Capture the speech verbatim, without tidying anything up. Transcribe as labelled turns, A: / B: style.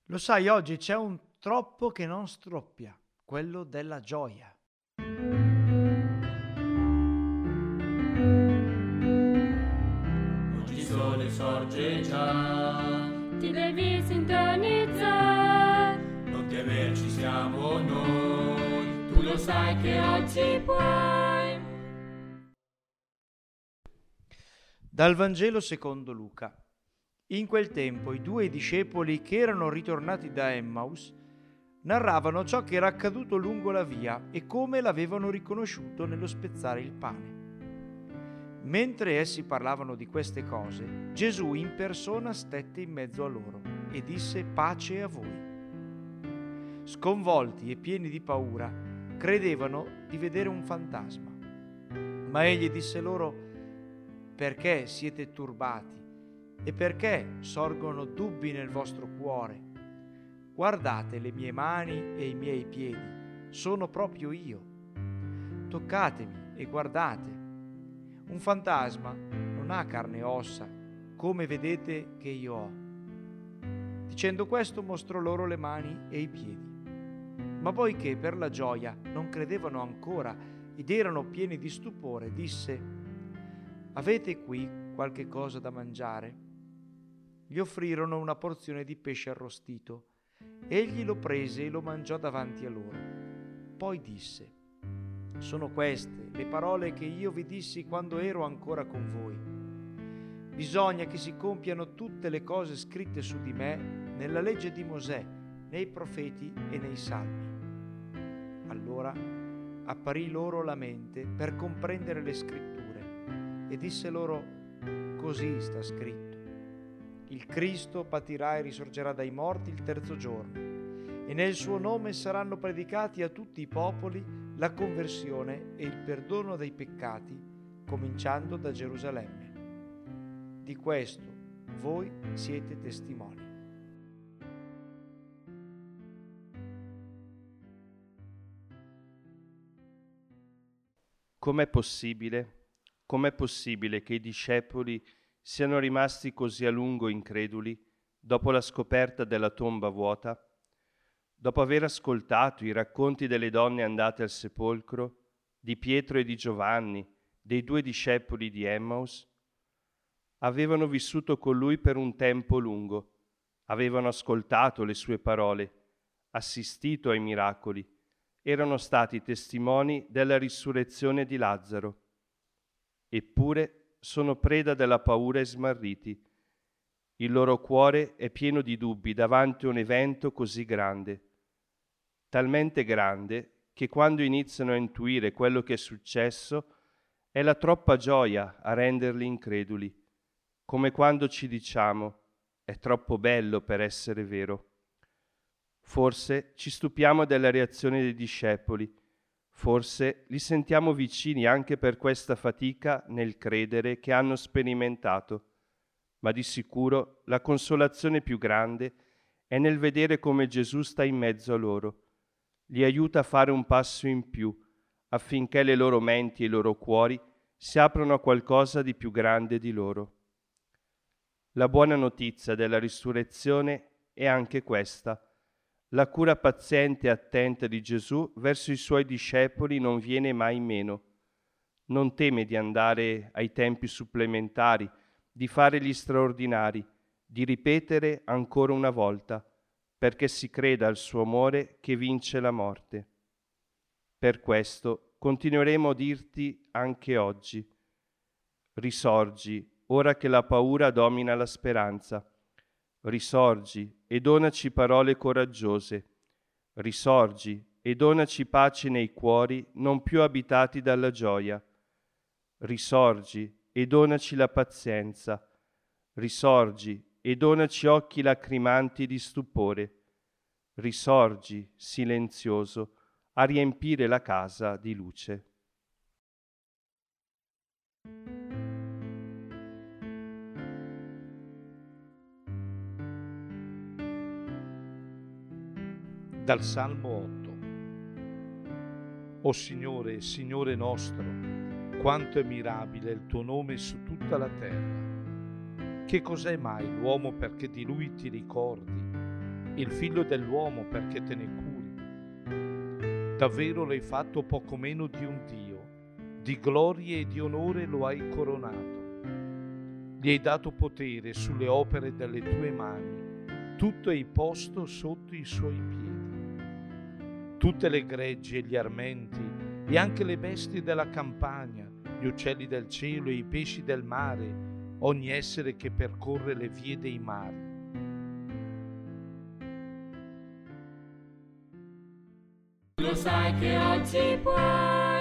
A: Lo sai, oggi c'è un troppo che non stroppia, quello della gioia.
B: Oggi il sole sorge già,
C: Ti devi sintonizzare,
B: non temerci siamo noi, tu
C: lo sai che oggi puoi.
A: Dal Vangelo secondo Luca. In quel tempo i due discepoli che erano ritornati da Emmaus narravano ciò che era accaduto lungo la via e come l'avevano riconosciuto nello spezzare il pane. Mentre essi parlavano di queste cose, Gesù in persona stette in mezzo a loro e disse: pace a voi. Sconvolti e pieni di paura, credevano di vedere un fantasma. Ma egli disse loro: perché siete turbati e perché sorgono dubbi nel vostro cuore? Guardate le mie mani e i miei piedi, sono proprio io. Toccatemi e guardate. Un fantasma non ha carne e ossa, come vedete che io ho. Dicendo questo mostrò loro le mani e i piedi. Ma poiché per la gioia non credevano ancora ed erano pieni di stupore, disse: avete qui qualche cosa da mangiare? Gli offrirono una porzione di pesce arrostito. Egli lo prese e lo mangiò davanti a loro. Poi disse: sono queste le parole che io vi dissi quando ero ancora con voi. Bisogna che si compiano tutte le cose scritte su di me nella legge di Mosè, nei profeti e nei salmi. Allora apparì loro la mente per comprendere le scritture e disse loro: così sta scritto. Il Cristo patirà e risorgerà dai morti il terzo giorno, e nel suo nome saranno predicati a tutti i popoli la conversione e il perdono dei peccati, cominciando da Gerusalemme. Di questo voi siete testimoni.
D: Com'è possibile? Com'è possibile che i discepoli siano rimasti così a lungo increduli dopo la scoperta della tomba vuota? Dopo aver ascoltato i racconti delle donne andate al sepolcro, di Pietro e di Giovanni, dei due discepoli di Emmaus? Avevano vissuto con lui per un tempo lungo, avevano ascoltato le sue parole, assistito ai miracoli, erano stati testimoni della risurrezione di Lazzaro. Eppure sono preda della paura e smarriti. Il loro cuore è pieno di dubbi davanti a un evento così grande, talmente grande che quando iniziano a intuire quello che è successo è la troppa gioia a renderli increduli, come quando ci diciamo: è troppo bello per essere vero. Forse ci stupiamo della reazione dei discepoli, forse li sentiamo vicini anche per questa fatica nel credere che hanno sperimentato, ma di sicuro la consolazione più grande è nel vedere come Gesù sta in mezzo a loro, li aiuta a fare un passo in più, affinché le loro menti e i loro cuori si aprano a qualcosa di più grande di loro. La buona notizia della risurrezione è anche questa. La cura paziente e attenta di Gesù verso i suoi discepoli non viene mai meno. Non teme di andare ai tempi supplementari, di fare gli straordinari, di ripetere ancora una volta, perché si creda al suo amore che vince la morte. Per questo continueremo a dirti anche oggi: risorgi, ora che la paura domina la speranza. Risorgi e donaci parole coraggiose. Risorgi e donaci pace nei cuori non più abitati dalla gioia. Risorgi e donaci la pazienza. Risorgi e donaci occhi lacrimanti di stupore. Risorgi, silenzioso, a riempire la casa di luce.
E: Dal Salmo otto. O Signore, Signore nostro, quanto è mirabile il tuo nome su tutta la terra. Che cos'è mai l'uomo perché di lui ti ricordi? il figlio dell'uomo perché te ne curi. Davvero l'hai fatto poco meno di un Dio, di gloria e di onore lo hai coronato. Gli hai dato potere sulle opere delle tue mani, tutto hai posto sotto i suoi piedi. Tutte le greggi e gli armenti e anche le bestie della campagna, gli uccelli del cielo e i pesci del mare, ogni essere che percorre le vie dei mari.
C: Lo sai che oggi puoi